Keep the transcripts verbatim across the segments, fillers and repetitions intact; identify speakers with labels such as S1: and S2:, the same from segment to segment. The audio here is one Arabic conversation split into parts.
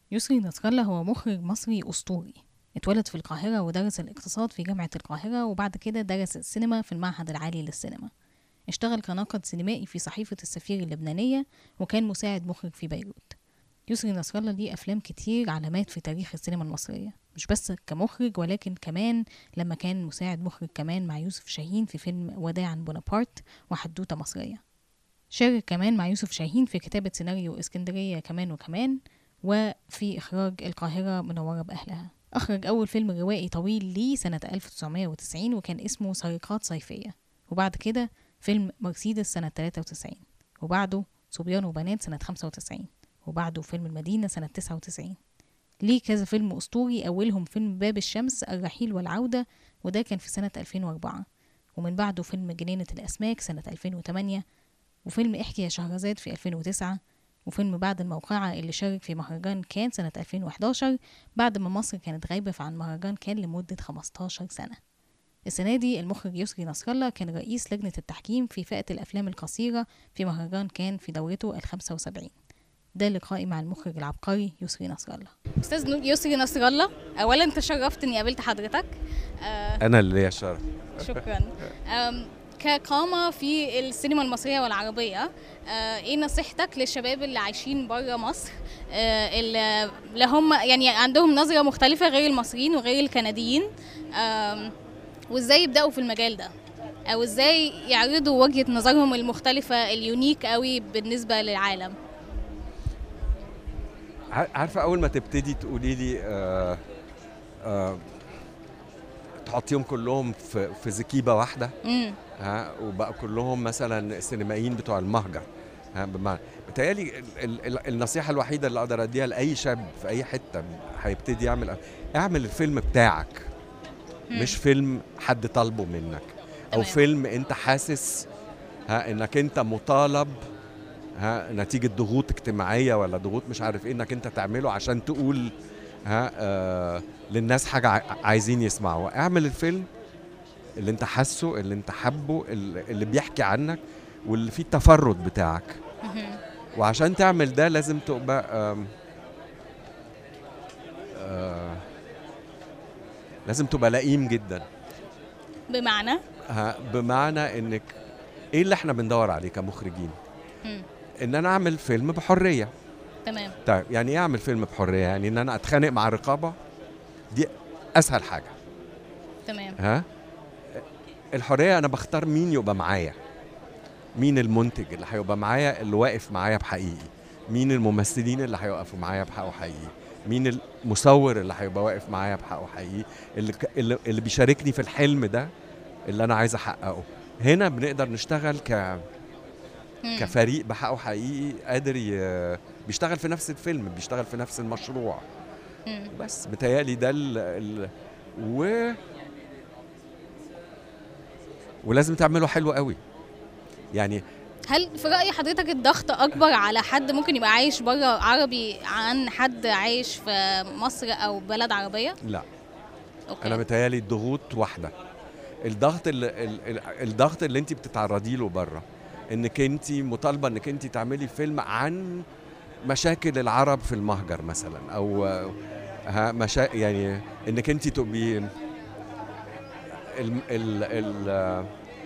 S1: يسري نصر الله هو مخرج مصري أسطوري، اتولد في القاهرة ودرس الاقتصاد في جامعة القاهرة، وبعد كده درس السينما في المعهد العالي للسينما. اشتغل كناقد سينمائي في صحيفة السفير اللبنانية، وكان مساعد مخرج في بيروت. يسري نصر الله ليه أفلام كتير علامات في تاريخ السينما المصرية، مش بس كمخرج ولكن كمان لما كان مساعد مخرج كمان مع يوسف شاهين في فيلم وداعا بونابرت وحدوتة مصرية. شارك كمان مع يوسف شاهين في كتابة سيناريو اسكندرية كمان وكمان، وفي إخراج القاهرة منورة بأهلها. أخرج أول فيلم روائي طويل ليه سنة ألف وتسعمائة وتسعين وكان اسمه سرقات صيفية، وبعد كده فيلم مرسيدس سنة ثلاثة وتسعين، وبعده صبيان وبنات سنة خمسة وتسعين، وبعده فيلم المدينة سنة تسعة وتسعين. ليه كذا فيلم أسطوري، أولهم فيلم باب الشمس الرحيل والعودة، وده كان في سنة ألفين وأربعة، ومن بعده فيلم جنينة الأسماك سنة ألفين وثمانية، وفيلم احكي يا شهرزاد في ألفين وتسعة، وفيلم بعد الموقعة اللي شارك في مهرجان كان سنة ألفين وإحداشر بعد ما مصر كانت غايبة عن مهرجان كان لمدة خمستاشر سنة. السنة دي المخرج يسري نصر الله كان رئيس لجنة التحكيم في فئة الأفلام القصيرة في مهرجان كان في دورته الخمسة وسبعين. ده لقائي مع المخرج العبقري يسري نصر الله. أستاذ يسري نصر الله، أولا تشرفت إني قابلت حضرتك.
S2: آه أنا اللي ليا الشرف.
S1: شكرا. كقامة في السينما المصرية والعربية، آه ايه نصيحتك للشباب اللي عايشين برا مصر، آه اللي هم يعني عندهم نظرة مختلفة غير المصريين وغير الكنديين، آه وازاي يبدأوا في المجال ده، او ازاي يعرضوا وجهة نظرهم المختلفة اليونيك قوي بالنسبة للعالم؟
S2: عارفة أول ما تبتدي تقولي لي آه آه تحطيهم كلهم في في زكيبة واحدة،
S1: امم
S2: ها وبقى كلهم مثلا سينمائيين بتوع المهجر، ها بمعنى بتهيألي النصيحة الوحيدة اللي أقدر أديها لأي شاب في أي حتة هيبتدي يعمل اعمل الفيلم بتاعك، مم. مش فيلم حد طالبه منك أو تمام. فيلم أنت حاسس ها إنك أنت مطالب ها نتيجة ضغوط اجتماعية ولا ضغوط مش عارف إيه إنك أنت تعمله عشان تقول ها آه للناس حاجة عايزين يسمعوا. اعمل الفيلم اللي انت حاسه، اللي انت حبه، اللي بيحكي عنك، واللي فيه التفرد بتاعك. وعشان تعمل ده لازم تبقى آم آم لازم تبقى لئيم جدا.
S1: بمعنى
S2: ها بمعنى انك ايه اللي احنا بندور عليه كمخرجين؟ مم. ان انا اعمل فيلم بحرية.
S1: تمام.
S2: طيب يعني ايه اعمل فيلم بحرية؟ يعني ان انا اتخانق مع الرقابة، دي اسهل حاجة.
S1: تمام.
S2: ها الحرية أنا بختار مين يبقى معايا، مين المنتج اللي هيبقى معايا اللي واقف معايا بحقيقي، مين الممثلين اللي هيوقفوا معايا بحقه حقيقي، مين المصور اللي هيبقى واقف معايا بحقه حقيقي، اللي, اللي بيشاركني في الحلم ده اللي أنا عايز أحققه. هنا بنقدر نشتغل ك كفريق بحقه حقيقي قادر ي... بيشتغل في نفس الفيلم، بيشتغل في نفس المشروع. بس بتهيألي ده ال... ال... و ولازم تعمله حلو قوي. يعني
S1: هل في رأي حضرتك الضغط أكبر على حد ممكن يبقى عايش بره عربي عن حد عايش في مصر أو بلد عربية؟
S2: لا. أوكي. أنا متهيألي الضغوط واحدة. الضغط اللي الضغط اللي أنت بتتعرضي له بره، إنك أنت مطالبة إنك أنت تعملي فيلم عن مشاكل العرب في المهجر مثلا، أو ها مشا يعني إنك أنت تبقي ال ال ال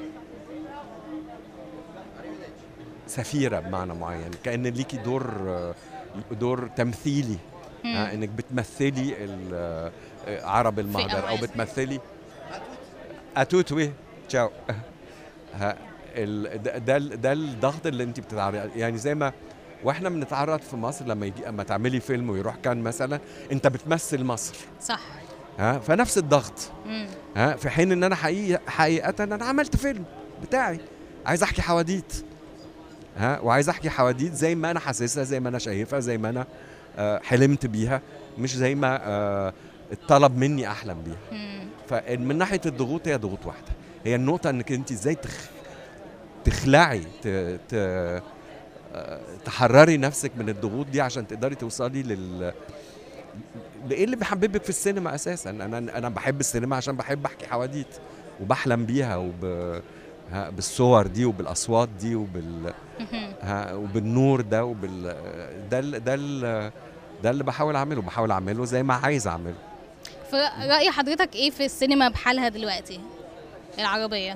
S2: سفيرة بمعنى معين، كأن ليكي دور دور تمثيلي، ها انك بتمثلي عرب المهجر او بتمثلي اتوتوي تشاو. ها ده ده الضغط اللي انت بتتعرضي، يعني زي ما واحنا بنتعرض في مصر لما يجي اما تعملي فيلم ويروح كان مثلا انت بتمثل مصر،
S1: صح،
S2: ها فنفس الضغط. مم. ها في حين ان انا حقيقة حقيقة انا عملت فيلم بتاعي عايز احكي حواديت، ها وعايز احكي حواديت زي ما انا حاسسها، زي ما انا شايفها، زي ما انا آه حلمت بيها، مش زي ما آه الطلب مني احلم بيها. فمن ناحيه الضغوط هي ضغوط واحده، هي النقطه انك انت ازاي تخ... تخلعي ت... ت... آه تحرري نفسك من الضغوط دي عشان تقدري توصلي لل لايه اللي بيحببك في السينما اساسا. انا انا بحب السينما عشان بحب احكي حواديت وبحلم بيها وب بالصور دي وبالاصوات دي وبال ها وبالنور ده وبال ده ال ده ال ده اللي بحاول اعمله بحاول اعمله زي ما عايز اعمله.
S1: فرأي حضرتك ايه في السينما بحالها دلوقتي العربية؟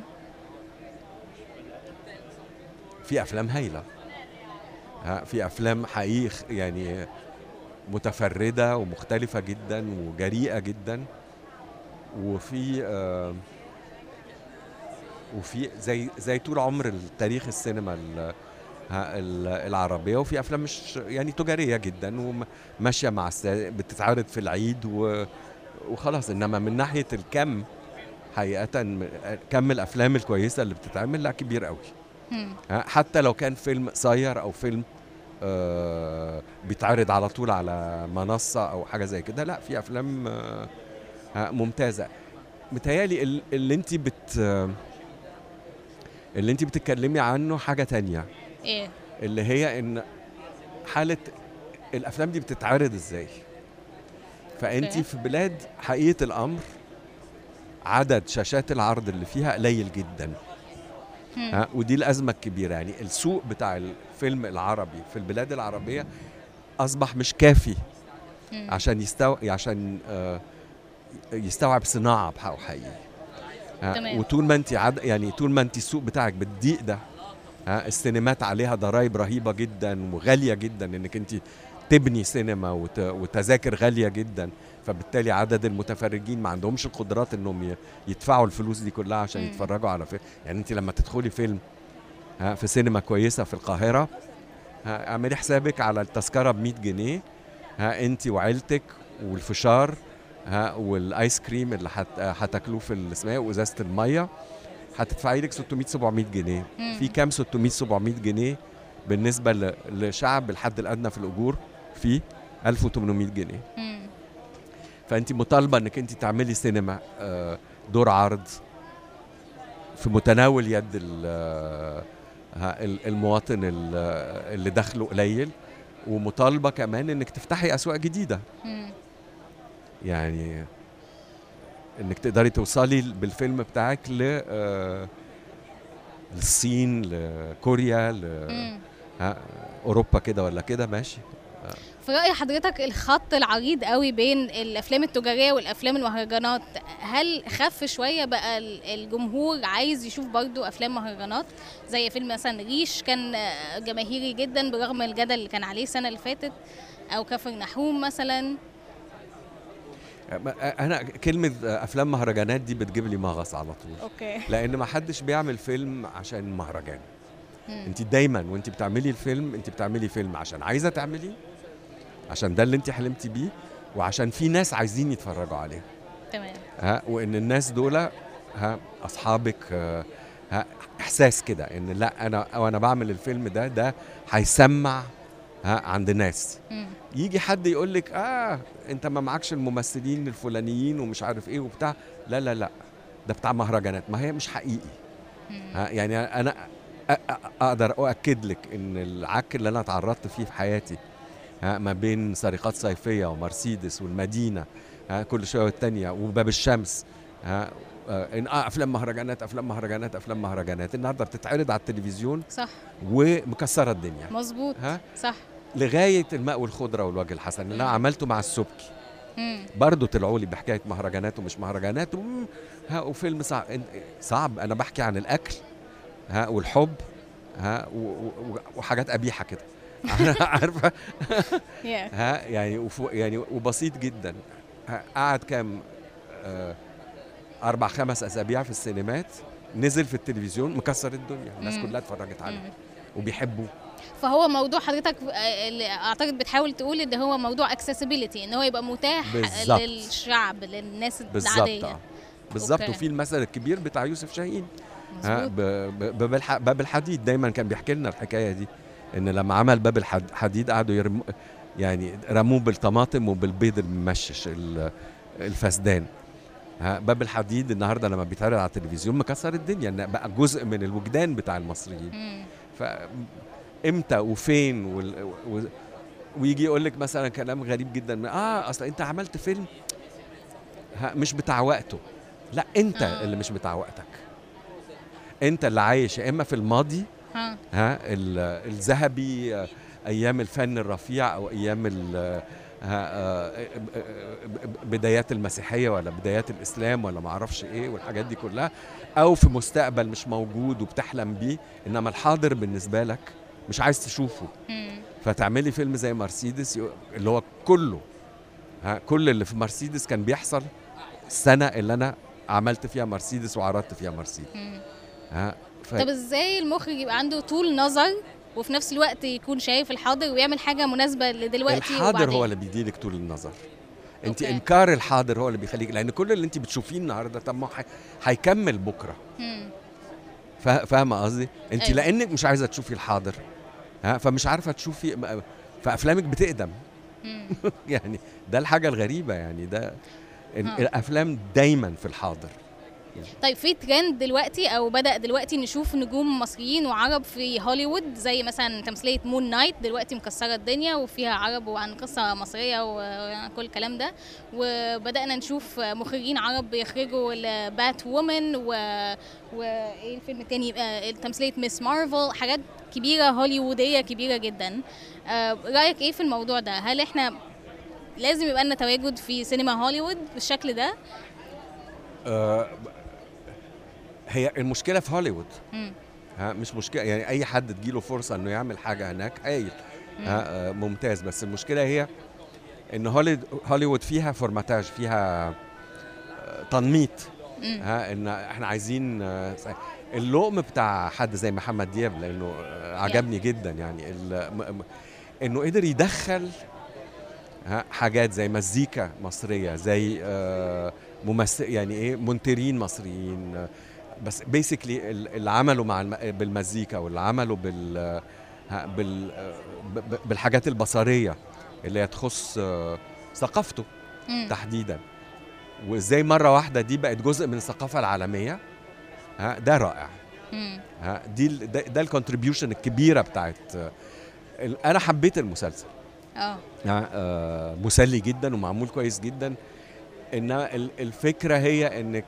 S2: في افلام هايله، ها في افلام حقيقي يعني متفرده ومختلفه جدا وجريئه جدا، وفي آه وفي زي زي طول عمر التاريخ السينما ال- ها ال- العربيه، وفي افلام مش يعني تجاريه جدا وماشيه مع الس- بتتعرض في العيد و- وخلاص. انما من ناحيه الكم حقيقه م- كم الافلام الكويسه اللي بتتعمل لا كبير قوي.
S1: مم.
S2: ها، حتى لو كان فيلم قصير او فيلم آه بيتعرض على طول على منصة او حاجة زي كده، لا في افلام آه ها، ممتازة. متهيألي ال- اللي انت بت آه، اللي انت بتتكلمي عنه حاجة تانية،
S1: ايه؟
S2: اللي هي ان حالة الافلام دي بتتعرض ازاي. فانت
S1: اوكي.
S2: في بلاد حقيقة الامر عدد شاشات العرض اللي فيها قليل جدا.
S1: مم.
S2: ها، ودي الازمة الكبيرة. يعني السوق بتاع الفيلم العربي في البلاد العربية اصبح مش كافي
S1: مم.
S2: عشان يستو... عشان آه، يستوعب صناعه بحقه حقيقي. ها،
S1: تمام.
S2: وطول ما انت عد... يعني طول ما انت السوق بتاعك بالضيق ده، ها، السينمات عليها ضرائب رهيبه جدا وغاليه جدا انك انت تبني سينما وت... وتذاكر غاليه جدا، فبالتالي عدد المتفرجين ما عندهمش القدرات انهم ي... يدفعوا الفلوس دي كلها عشان
S1: مم.
S2: يتفرجوا على فيلم. يعني انت لما تدخلي فيلم ها في سينما كويسه في القاهره، ها، اعملي حسابك على التذكره ب مية جنيه، ها انت وعيلتك والفشار، ها والايس كريم اللي هت- هتاكلوه في الاسماء وازازه الميه، هتدفعي لك ستمية سبعمية جنيه.
S1: مم.
S2: في كام ستمية سبعمية جنيه بالنسبه ل- لشعب الحد الادنى في الاجور في ألف وثمانمية جنيه.
S1: مم.
S2: فانت مطالبه انك انت تعملي سينما آه، دور عرض في متناول يد ال- آه، ها، ال- المواطن ال- آه، اللي دخله قليل، ومطالبه كمان انك تفتحي اسواق جديده.
S1: مم.
S2: يعني انك تقدري توصلي بالفيلم بتاعك ل آه، للصين، لكوريا، ل
S1: مم.
S2: ها، اوروبا كده ولا كده ماشي.
S1: في رأي حضرتك الخط العريض قوي بين الافلام التجارية والافلام المهرجانات هل خف شوية؟ بقى ال- الجمهور عايز يشوف برضو افلام مهرجانات زي فيلم مثلا ريش كان آه، جماهيري جدا برغم الجدل اللي كان عليه السنة اللي فاتت، او كفر نحوم مثلا.
S2: انا كلمه افلام مهرجانات دي بتجيب لي مغص على طول،
S1: اوكي.
S2: لان ما حدش بيعمل فيلم عشان مهرجان.
S1: مم.
S2: انت دايما وانت بتعملي الفيلم انت بتعملي فيلم عشان عايزه تعمليه، عشان ده اللي انت حلمتي بيه، وعشان في ناس عايزين يتفرجوا عليه.
S1: تمام.
S2: ها، وان الناس دول ها اصحابك، آه، ها احساس كده ان لا انا وانا بعمل الفيلم ده ده هيسمع ها عند ناس.
S1: مم.
S2: يجي حد يقول لك اه انت ما معكش الممثلين الفلانيين ومش عارف ايه وبتاع، لا لا لا ده بتاع مهرجانات، ما هي مش حقيقي.
S1: مم.
S2: ها يعني انا أ- أ- اقدر اؤكد لك ان العك اللي انا تعرضت فيه في حياتي، ها ما بين سرقات صيفيه ومرسيدس والمدينه، ها كل شويه والتانيه وباب الشمس، ها آه، ان آه افلام مهرجانات افلام مهرجانات افلام مهرجانات النهارده بتتعرض على التلفزيون
S1: صح.
S2: ومكسره الدنيا.
S1: مظبوط.
S2: ها
S1: صح.
S2: لغايه الماء والخضره والوجه الحسن اللي انا
S1: مم.
S2: عملته مع السبكي،
S1: مم.
S2: برضه طلعوا لي بحكايه مهرجانات ومش مهرجانات وم- ها وفيلم صعب صعب انا بحكي عن الاكل، ها والحب، ها و- و- وحاجات قبيحه كده عارفه.
S1: Yeah.
S2: ها يعني وفو يعني وبسيط جدا. ها، قعد كام آه اربع خمس اسابيع في السينمات، نزل في التلفزيون مكسر الدنيا، الناس
S1: مم.
S2: كلها اتفرجت عليه
S1: مم.
S2: وبيحبوه.
S1: فهو موضوع حضرتك آه، اللي اعتقد بتحاول تقول ان هو موضوع accessibility، ان هو يبقى متاح
S2: بالظبط.
S1: للشعب، للناس
S2: بالظبط
S1: العاديه.
S2: آه. بالظبط.
S1: أوكي.
S2: وفي المثل الكبير بتاع يوسف شاهين، ها
S1: مظبوط.
S2: ب- ب- باب الح- باب الحديد، دايما كان بيحكي لنا الحكايه دي، ان لما عمل باب الحد- الحديد قعدوا يرموا يعني رموه بالطماطم وبالبيض الممشش ال- الفسدان. ها باب الحديد النهارده لما بيتعرض على التلفزيون مكسر الدنيا، إن بقى جزء من الوجدان بتاع المصريين.
S1: مم.
S2: فامتى وفين وال... و... ويجي يقول لك مثلا كلام غريب جدا، اه اصل انت عملت فيلم ها مش بتاع وقته. لا انت
S1: آه.
S2: اللي مش بتاع وقتك، انت اللي عايش يا اما في الماضي
S1: ها.
S2: ها ال- الذهبي، آه، ايام الفن الرفيع او ايام ال- بدايات المسيحيه ولا بدايات الاسلام ولا ما اعرفش ايه والحاجات دي كلها، او في مستقبل مش موجود وبتحلم بيه، انما الحاضر بالنسبه لك مش عايز تشوفه. فتعملي فيلم زي مرسيدس اللي هو كله ها كل اللي في مرسيدس كان بيحصل السنه اللي انا عملت فيها مرسيدس وعرضت فيها مرسيدس.
S1: ها ف... طب ازاي المخرج يبقى عنده طول نظر وفي نفس الوقت يكون شايف الحاضر ويعمل حاجه مناسبه لدلوقتي؟
S2: الحاضر وبعدين. هو اللي بيديلك طول النظر. انت أوكي. انكار الحاضر هو اللي بيخليك، لان كل اللي انت بتشوفيه النهارده طب ما هيكمل بكره. فاهمه قصدي؟ انت أيوة. لانك مش عايزه تشوفي الحاضر ها فمش عارفه تشوفي، فافلامك بتقدم. يعني ده الحاجه الغريبه، يعني ده الافلام دايما في الحاضر.
S1: طيب في ترند دلوقتي او بدأ دلوقتي نشوف نجوم مصريين وعرب في هوليوود، زي مثلا تمثيلية مون نايت دلوقتي مكسرة الدنيا وفيها عرب وعن قصة مصرية وكل الكلام ده، وبدأنا نشوف مخرجين عرب بيخرجوا البات وومن و وايه الفيلم التاني تمثيلية ميس مارفل، حاجات كبيرة هوليوودية كبيرة جدا. رأيك ايه في الموضوع ده؟ هل احنا لازم يبقى لنا تواجد في سينما هوليوود بالشكل ده؟
S2: أه هي المشكله في هوليوود. ها مش مشكله، يعني اي حد تجيله فرصه انه يعمل حاجه هناك هايل ها ممتاز، بس المشكله هي ان هوليوود فيها فورماتاج، فيها تنميط. ها ان احنا عايزين اللقم بتاع حد زي محمد دياب، لانه عجبني جدا يعني انه قدر يدخل حاجات زي مزيكا مصريه، زي ممثل يعني ايه مونترين مصريين، بس بيسكلي اللي عملوا مع بالمزيكا واللي عملوا بال بال بالحاجات البصريه اللي تخص ثقافته تحديدا، وازاي مره واحده دي بقت جزء من الثقافه العالميه. ها ده رائع. ها دي ده, ده الكونتريبيوشن الكبيره بتاعت. انا حبيت المسلسل. اه مسلي جدا ومعمول كويس جدا، انما الفكره هي انك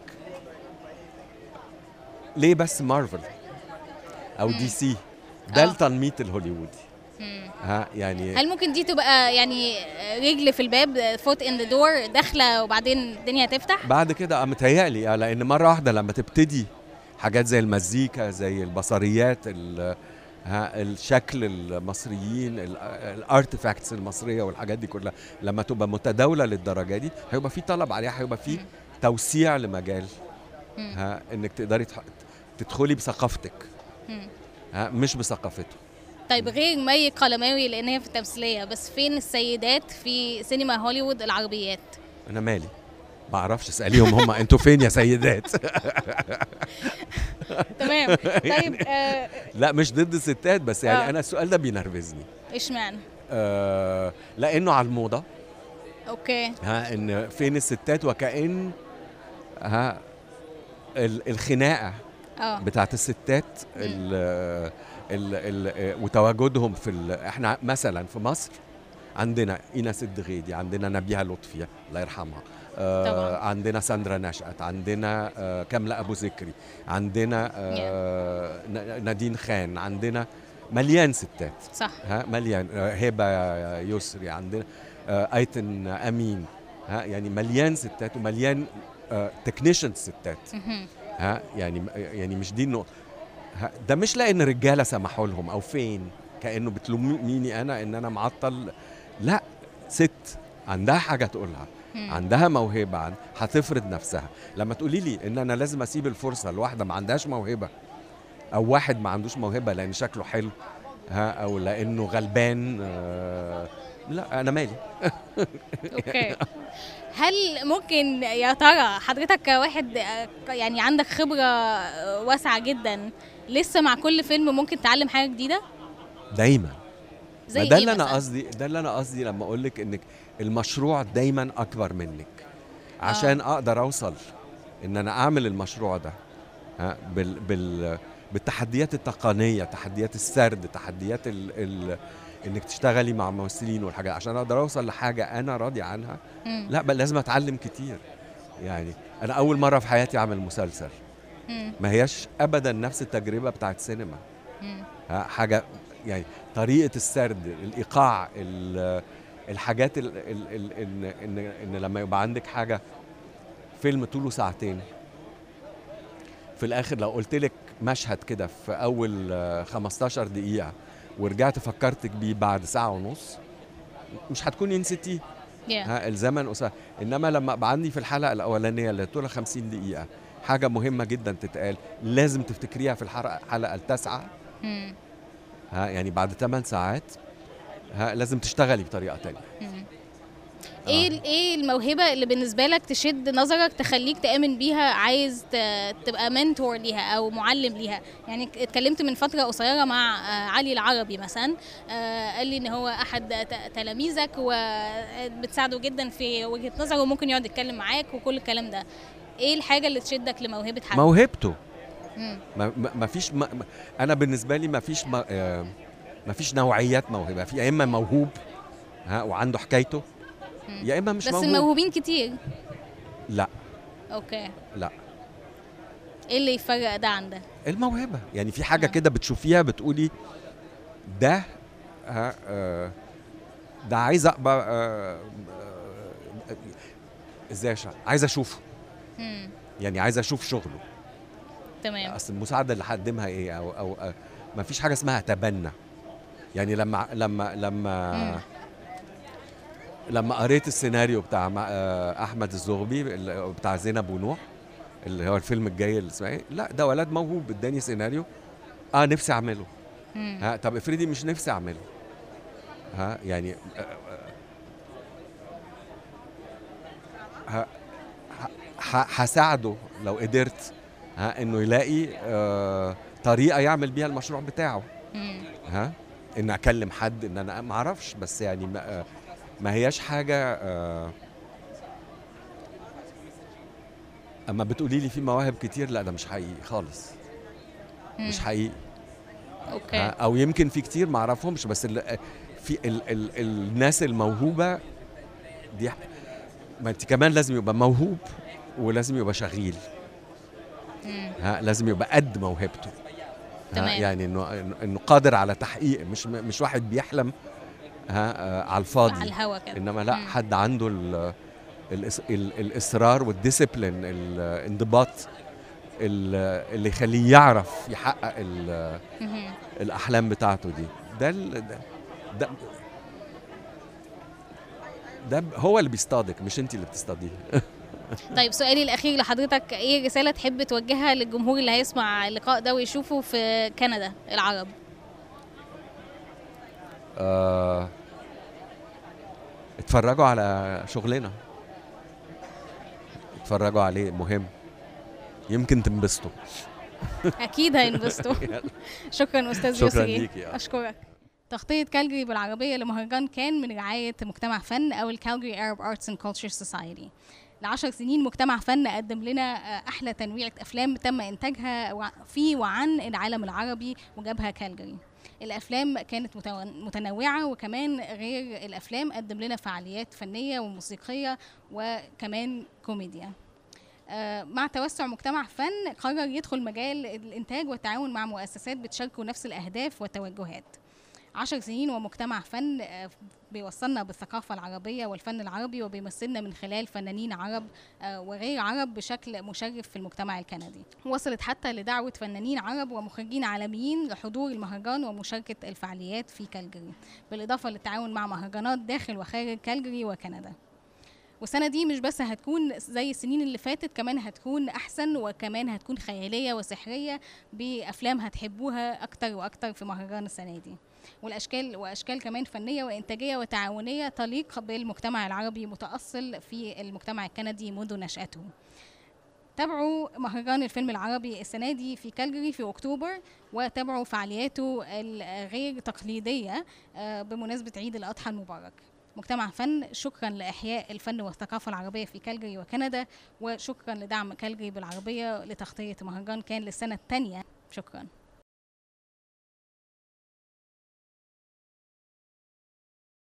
S2: ليه بس مارفل او مم. دي سي ده أوه. التنميط الهوليوودي. ها يعني
S1: هل ممكن دي تبقى يعني رجل في الباب، فوت ان ذا دور، داخله وبعدين الدنيا تفتح
S2: بعد كده؟ متهيألي لان مره واحده لما تبتدي حاجات زي المزيكا زي البصريات ها الشكل المصريين الارتفاكتس المصريه والحاجات دي كلها لما تبقى متداوله للدرجه دي هيبقى في طلب عليها، هيبقى في توسيع لمجال ها انك تقدري تدخلي بثقافتك ها مش بثقافته.
S1: طيب غير مي قلماوي لان هي في التمثيليه، بس فين السيدات في سينما هوليوود العربيات؟
S2: انا مالي ما اعرفش، اساليهم هم انتوا فين يا سيدات.
S1: تمام. طيب آه
S2: لا مش ضد الستات، بس يعني آه. انا السؤال ده بينرفزني.
S1: اشمعنى؟
S2: آه لانه على الموضه.
S1: اوكي.
S2: ها ان فين الستات، وكأن ها الخناقه اه بتاعت الستات ال ال ال وتواجدهم في ال احنا مثلا في مصر عندنا ايناس الدغيدي، عندنا نبيهة لطفي الله يرحمها، آه عندنا ساندرا نشأت، عندنا آه كاملة أبو ذكري، عندنا آه yeah. نادين خان، عندنا مليان ستات
S1: صح.
S2: ها مليان آه هبة يسري، عندنا آه أيتن أمين، ها يعني مليان ستات ومليان آه تكنيشن ستات. ها يعني يعني مش دي النقطة. ده مش لأن رجالة سمحوا لهم أو فين كأنه بتلوميني أنا إن أنا معطل، لا، ست عندها حاجة تقولها، عندها موهبة، عن هتفرض نفسها. لما تقولي لي إن أنا لازم أسيب الفرصة لواحدة ما عندهاش موهبة أو واحد ما عندوش موهبة لأن شكله حلو ها أو لأنه غلبان، آه لا أنا مالي.
S1: أوكي. هل ممكن يا ترى حضرتك كواحد يعني عندك خبرة واسعة جدا لسه مع كل فيلم ممكن تعلم حاجة جديدة؟
S2: دايما.
S1: زي
S2: ده
S1: إيه
S2: اللي
S1: مثلاً؟
S2: انا قصدي ده اللي انا قصدي لما اقول لك انك المشروع دايما اكبر منك، عشان أوه. اقدر اوصل ان انا اعمل المشروع ده ها بال بال بالتحديات التقنيه، تحديات السرد، تحديات ال ال انك تشتغلي مع ممثلين والحاجات، عشان اقدر اوصل لحاجه انا راضي عنها. مم. لا بل لازم اتعلم كتير. يعني انا اول مره في حياتي اعمل مسلسل، مم. ما هياش ابدا نفس التجربه بتاعت سينما. مم. حاجه يعني طريقه السرد، الايقاع، الحاجات ال ال ال ان ان ان لما يبقى عندك حاجه فيلم طوله ساعتين، في الاخر لو قلت لك مشهد كده في اول آه، خمستاشر دقيقه ورجعت فكرتك بيه بعد ساعه ونص، مش هتكوني نسيتيه.
S1: yeah.
S2: ها الزمن قصير. انما لما ابقى عندي في الحلقه الاولانيه اللي طولها خمسين دقيقه حاجه مهمه جدا تتقال، لازم تفتكريها في الحلقه الحلقه التاسعه.
S1: mm.
S2: ها يعني بعد ثمان ساعات ها لازم تشتغلي بطريقه تانية.
S1: mm. ايه ال- ايه الموهبه اللي بالنسبه لك تشد نظرك تخليك تامن بيها، عايز ت- تبقى منتور ليها او معلم ليها؟ يعني ك- اتكلمت من فتره قصيره مع آه، علي العربي مثلا، آه، قال لي ان هو احد ت- تلاميذك وبتساعده جدا في وجهه نظره وممكن يقعد يتكلم معاك وكل الكلام ده. ايه الحاجه اللي تشدك لموهبه حد؟
S2: موهبته.
S1: مم.
S2: ما, ما ما فيش ما ما- انا بالنسبه لي ما فيش ما, آه، ما فيش نوعيات موهبه، في يا اما موهوب ها وعنده حكايته،
S1: مم.
S2: يا اما مش
S1: بس
S2: موهوب.
S1: الموهوبين كتير.
S2: لا
S1: اوكي.
S2: لا
S1: ايه اللي يفرق ده عن ده؟
S2: الموهبه، يعني في حاجه
S1: آه.
S2: كده بتشوفيها بتقولي ده ها آه، ده عايز ابقى آه، آه، ازاي أشرح؟ عايز اشوفه،
S1: مم.
S2: يعني عايز اشوف شغله.
S1: تمام.
S2: اصل المساعده اللي هقدمها ايه او او آه، ما فيش حاجه اسمها اتبنى. يعني لما لما لما
S1: مم.
S2: لما قريت السيناريو بتاع مع- آه، احمد الزغبي اللي- بتاع زينب ونوح اللي هو الفيلم الجاي اللي اسمه ايه، لا ده ولد موهوب اداني سيناريو اه نفسي اعمله.
S1: مم.
S2: ها طب افرضي مش نفسي اعمله، ها يعني آه، ه- ه- هساعده لو قدرت ها انه يلاقي آه طريقه يعمل بيها المشروع بتاعه.
S1: مم.
S2: ها ان اكلم حد، ان انا ما اعرفش، بس يعني ما, آه، ما هياش حاجه آه اما بتقولي لي في مواهب كتير، لا ده مش حقيقي خالص.
S1: مم.
S2: مش حقيقي.
S1: اوكي.
S2: ها او يمكن في كتير ما اعرفهمش، بس ال في ال ال الناس الموهوبه دي، ما انت كمان لازم يبقى موهوب ولازم يبقى شغيل.
S1: مم.
S2: ها لازم يبقى قد موهبته. ها
S1: تمام.
S2: يعني انه انه قادر على تحقيق، مش مش واحد بيحلم ها آه على الفاضي
S1: على الهوا كده.
S2: انما لا
S1: مم.
S2: حد عنده ال الإس ال الاصرار والديسيبلين، الانضباط اللي يخليه يعرف يحقق ال
S1: مهم.
S2: الاحلام بتاعته دي. ده ال ده, ده ده هو اللي بيصطادك، مش انت اللي بتصطاديه.
S1: طيب سؤالي الاخير لحضرتك، ايه رساله تحب توجهها للجمهور اللي هيسمع اللقاء ده ويشوفه في كندا العرب؟
S2: آه، اتفرجوا على شغلنا، اتفرجوا عليه، مهم، يمكن تنبسطوا.
S1: اكيد هينبسطوا. شكرا استاذ
S2: شكراً
S1: يسري،
S2: ليكي، آه.
S1: اشكرك. تغطية كالجري بالعربية لمهرجان كان من رعاية مجتمع فن أو الكالجري Arab Arts and Culture Society. لعشر سنين مجتمع فن قدم لنا أحلى تنويعة أفلام تم إنتاجها في وعن العالم العربي وجابها كالجري. الأفلام كانت متنوعة، وكمان غير الأفلام قدم لنا فعاليات فنية وموسيقية وكمان كوميديا. مع توسع مجتمع فن قرر يدخل مجال الإنتاج والتعاون مع مؤسسات بتشاركوا نفس الأهداف والتوجهات. عشر سنين ومجتمع فن بيوصلنا بالثقافة العربية والفن العربي، وبيمثلنا من خلال فنانين عرب وغير عرب بشكل مشرف في المجتمع الكندي. وصلت حتى لدعوة فنانين عرب ومخرجين عالميين لحضور المهرجان ومشاركة الفعاليات في كالجري، بالإضافة للتعاون مع مهرجانات داخل وخارج كالجري وكندا. والسنة دي مش بس هتكون زي السنين اللي فاتت، كمان هتكون أحسن، وكمان هتكون خيالية وسحرية بأفلام هتحبوها أكتر وأكتر في مهرجان السنة دي، والأشكال وأشكال كمان فنية وإنتاجية وتعاونية تليق بالمجتمع العربي متأصل في المجتمع الكندي منذ نشأته. تابعوا مهرجان الفيلم العربي السنة دي في كالجري في أكتوبر، وتابعوا فعالياته الغير تقليدية بمناسبة عيد الأضحى المبارك. مجتمع فن، شكرا لإحياء الفن والثقافة العربية في كالجري وكندا، وشكرا لدعم كالجري بالعربية لتغطية مهرجان كان للسنة الثانية. شكرا.